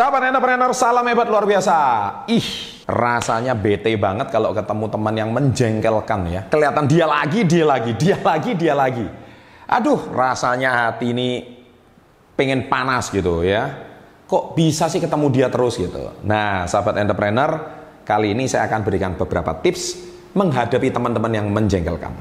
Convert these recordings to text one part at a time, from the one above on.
Sahabat entrepreneur, salam hebat luar biasa. Rasanya bete banget kalau ketemu teman yang menjengkelkan ya. Kelihatan dia lagi. Aduh, rasanya hati ini pengen panas gitu ya. Kok bisa sih ketemu dia terus gitu. Nah, sahabat entrepreneur, kali ini saya akan berikan beberapa tips menghadapi teman-teman yang menjengkelkan.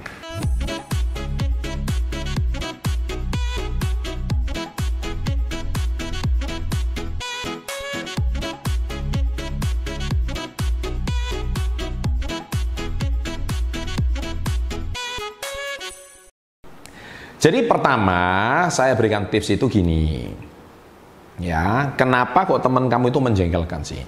Jadi pertama saya berikan tips itu gini, ya kenapa kok teman kamu itu menjengkelkan sih?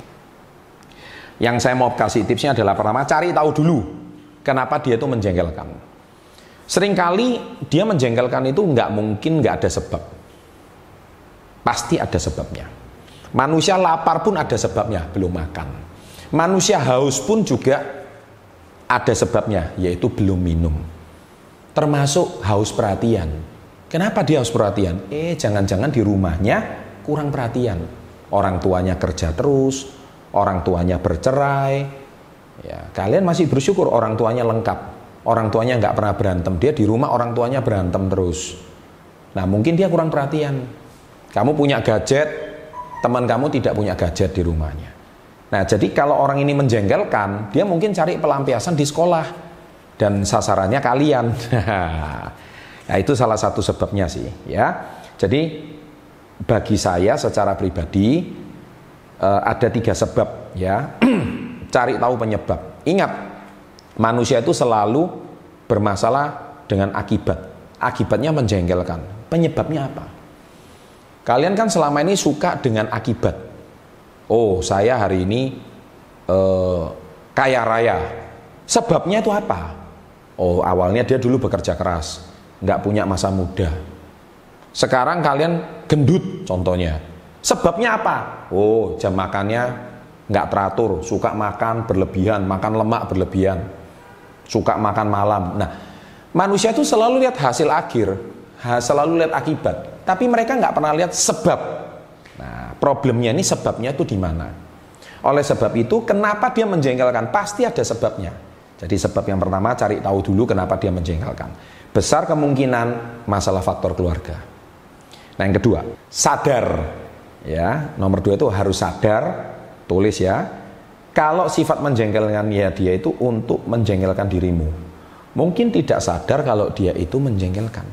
Yang saya mau kasih tipsnya adalah pertama cari tahu dulu kenapa dia itu menjengkelkan. Seringkali dia menjengkelkan itu nggak mungkin nggak ada sebab, pasti ada sebabnya. Manusia lapar pun ada sebabnya, belum makan. Manusia haus pun juga ada sebabnya, yaitu belum minum. Termasuk haus perhatian. Kenapa dia haus perhatian? Jangan-jangan di rumahnya kurang perhatian. Orang tuanya kerja terus, orang tuanya bercerai. Ya, kalian masih bersyukur orang tuanya lengkap. Orang tuanya nggak pernah berantem. Dia di rumah orang tuanya berantem terus. Nah, mungkin dia kurang perhatian. Kamu punya gadget, teman kamu tidak punya gadget di rumahnya. Nah, jadi kalau orang ini menjengkelkan, dia mungkin cari pelampiasan di sekolah. Dan sasarannya kalian. Nah, itu salah satu sebabnya sih ya. Jadi bagi saya secara pribadi ada 3 sebab ya. Cari tahu penyebab. Ingat, manusia itu selalu bermasalah dengan akibat. Akibatnya menjengkelkan. Penyebabnya apa? Kalian kan selama ini suka dengan akibat. Oh, saya hari ini kaya raya. Sebabnya itu apa? Oh, awalnya dia dulu bekerja keras, nggak punya masa muda. Sekarang kalian gendut contohnya. Sebabnya apa? Oh, jam makannya nggak teratur, suka makan berlebihan, makan lemak berlebihan, suka makan malam. Nah, manusia itu selalu lihat hasil akhir, selalu lihat akibat. Tapi mereka nggak pernah lihat sebab. Nah, problemnya ini sebabnya itu di mana? Oleh sebab itu, kenapa dia menjengkelkan? Pasti ada sebabnya. Jadi sebab yang pertama, cari tahu dulu kenapa dia menjengkelkan. Besar kemungkinan masalah faktor keluarga. Nah, yang kedua, sadar. Ya, nomor 2 itu harus sadar, tulis ya. Kalau sifat menjengkelkan ya dia itu untuk menjengkelkan dirimu. Mungkin tidak sadar kalau dia itu menjengkelkan.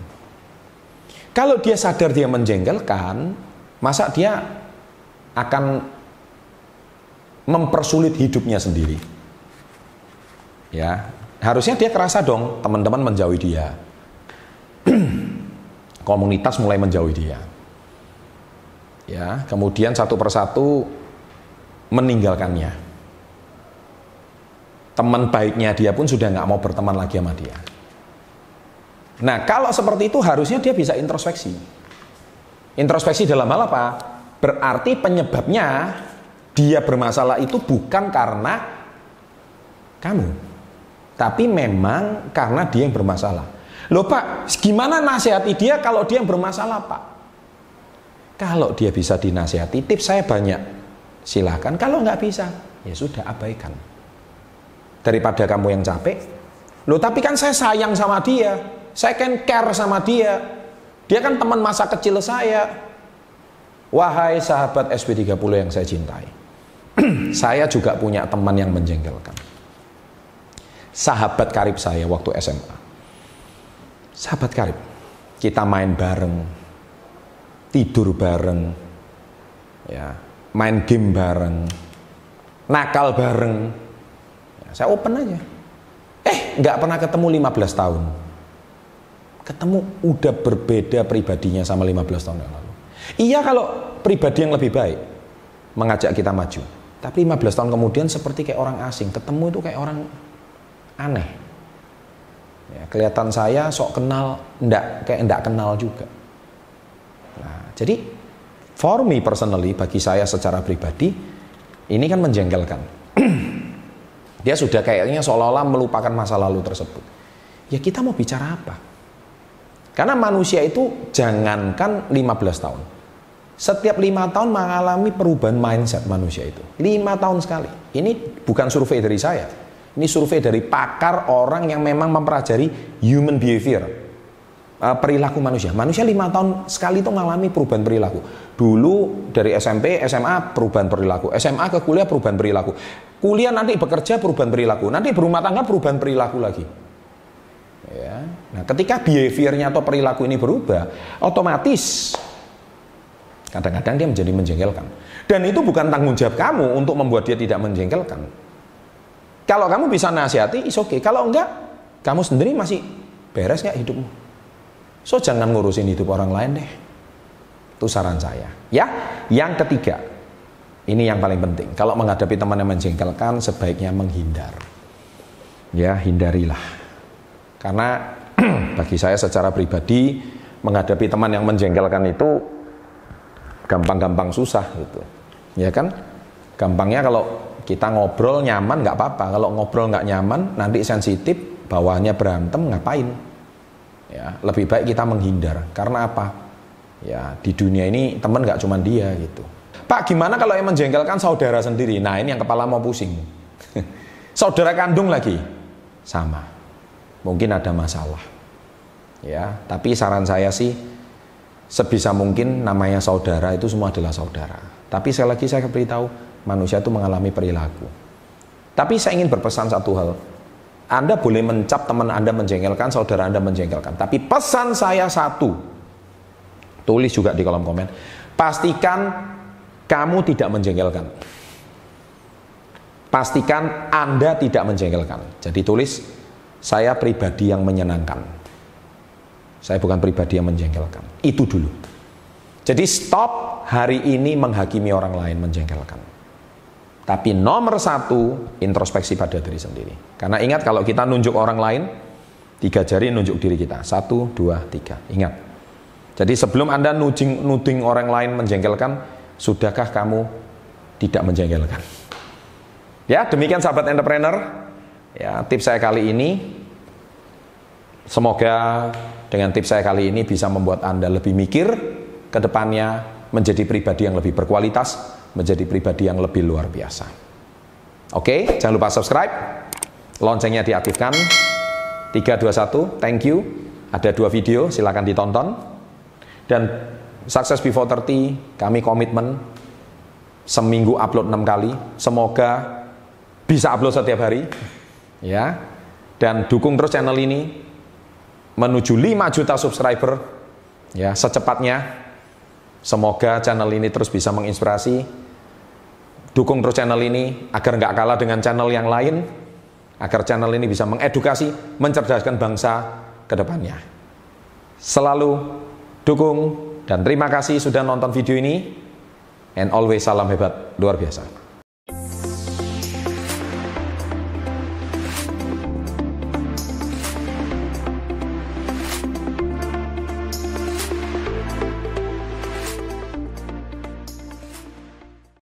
Kalau dia sadar dia menjengkelkan, masa dia akan mempersulit hidupnya sendiri. Ya, harusnya dia kerasa dong teman-teman menjauhi dia. Komunitas mulai menjauhi dia. Ya, kemudian satu persatu meninggalkannya. Teman baiknya dia pun sudah nggak mau berteman lagi sama dia. Nah, kalau seperti itu harusnya dia bisa introspeksi. Introspeksi dalam hal apa? Berarti penyebabnya dia bermasalah itu bukan karena kamu, tapi memang karena dia yang bermasalah. Loh Pak, gimana nasihati dia kalau dia yang bermasalah Pak? Kalau dia bisa dinasihati, tips saya banyak. Silahkan, kalau nggak bisa, ya sudah abaikan. Daripada kamu yang capek. Loh tapi kan saya sayang sama dia, saya kan care sama dia. Dia kan teman masa kecil saya. Wahai sahabat SP30 yang saya cintai. Saya juga punya teman yang menjengkelkan. Sahabat karib saya waktu SMA. Sahabat karib. Kita main bareng, tidur bareng, ya, main game bareng, nakal bareng. Ya, saya open aja. Nggak pernah ketemu 15 tahun. Ketemu udah berbeda pribadinya sama 15 tahun yang lalu. Iya kalau pribadi yang lebih baik mengajak kita maju. Tapi 15 tahun kemudian seperti kayak orang asing. Ketemu itu kayak orang aneh. Ya, kelihatan saya sok kenal, kayak enggak kenal juga. Nah, jadi for me personally, bagi saya secara pribadi, ini kan menjengkelkan. Dia sudah kayaknya seolah-olah melupakan masa lalu tersebut. Ya kita mau bicara apa? Karena manusia itu jangankan 15 tahun. Setiap 5 tahun mengalami perubahan mindset manusia itu. 5 tahun sekali. Ini bukan survei dari saya. Ini survei dari pakar orang yang memang mempelajari human behavior. Perilaku manusia. Manusia 5 tahun sekali itu mengalami perubahan perilaku. Dulu dari SMP, SMA perubahan perilaku. SMA ke kuliah perubahan perilaku. Kuliah nanti bekerja perubahan perilaku. Nanti berumah tangga perubahan perilaku lagi. Ya. Nah, ketika behaviornya atau perilaku ini berubah, otomatis kadang-kadang dia menjadi menjengkelkan. Dan itu bukan tanggung jawab kamu untuk membuat dia tidak menjengkelkan. Kalau kamu bisa nasihati, is okay. Kalau enggak, kamu sendiri masih beres nggak hidupmu. So, jangan ngurusin hidup orang lain deh. Itu saran saya. Ya, yang ketiga. Ini yang paling penting. Kalau menghadapi teman yang menjengkelkan, sebaiknya menghindar. Ya, hindarilah. Karena bagi saya secara pribadi, menghadapi teman yang menjengkelkan itu gampang-gampang susah gitu. Ya kan? Gampangnya kalau kita ngobrol nyaman nggak apa-apa. Kalau ngobrol nggak nyaman, nanti sensitif, bawahnya berantem, ngapain? Ya, lebih baik kita menghindar. Karena apa? Ya, di dunia ini teman nggak cuma dia gitu. Pak, gimana kalau yang menjengkelkan saudara sendiri? Nah, ini yang kepala mau pusing. Saudara kandung lagi, sama. Mungkin ada masalah. Ya, tapi saran saya sih, sebisa mungkin namanya saudara itu semua adalah saudara. Tapi sekali lagi saya beritahu, manusia itu mengalami perilaku. Tapi saya ingin berpesan satu hal. Anda boleh mencap teman Anda menjengkelkan, saudara Anda menjengkelkan. Tapi pesan saya satu, tulis juga di kolom komen, pastikan kamu tidak menjengkelkan. Pastikan Anda tidak menjengkelkan. Jadi tulis, saya pribadi yang menyenangkan. Saya bukan pribadi yang menjengkelkan. Itu dulu. Jadi stop hari ini menghakimi orang lain menjengkelkan. Tapi nomor 1, introspeksi pada diri sendiri. Karena ingat, kalau kita nunjuk orang lain, 3 jari nunjuk diri kita. 1, 2, 3. Ingat. Jadi sebelum Anda nuding orang lain menjengkelkan, sudahkah kamu tidak menjengkelkan? Ya, demikian sahabat entrepreneur. Ya, tips saya kali ini, semoga dengan tips saya kali ini bisa membuat Anda lebih mikir ke depannya, menjadi pribadi yang lebih berkualitas, menjadi pribadi yang lebih luar biasa. Oke, jangan lupa subscribe, loncengnya diaktifkan. 3, 2, 1, thank you. Ada 2 video, silakan ditonton. Dan Success Before 30, kami komitmen seminggu upload 6 kali. Semoga bisa upload setiap hari. Ya, dan dukung terus channel ini menuju 5 juta subscriber ya secepatnya. Semoga channel ini terus bisa menginspirasi. Dukung terus channel ini agar nggak kalah dengan channel yang lain, agar channel ini bisa mengedukasi, mencerdaskan bangsa ke depannya. Selalu dukung dan terima kasih sudah nonton video ini, and always salam hebat luar biasa.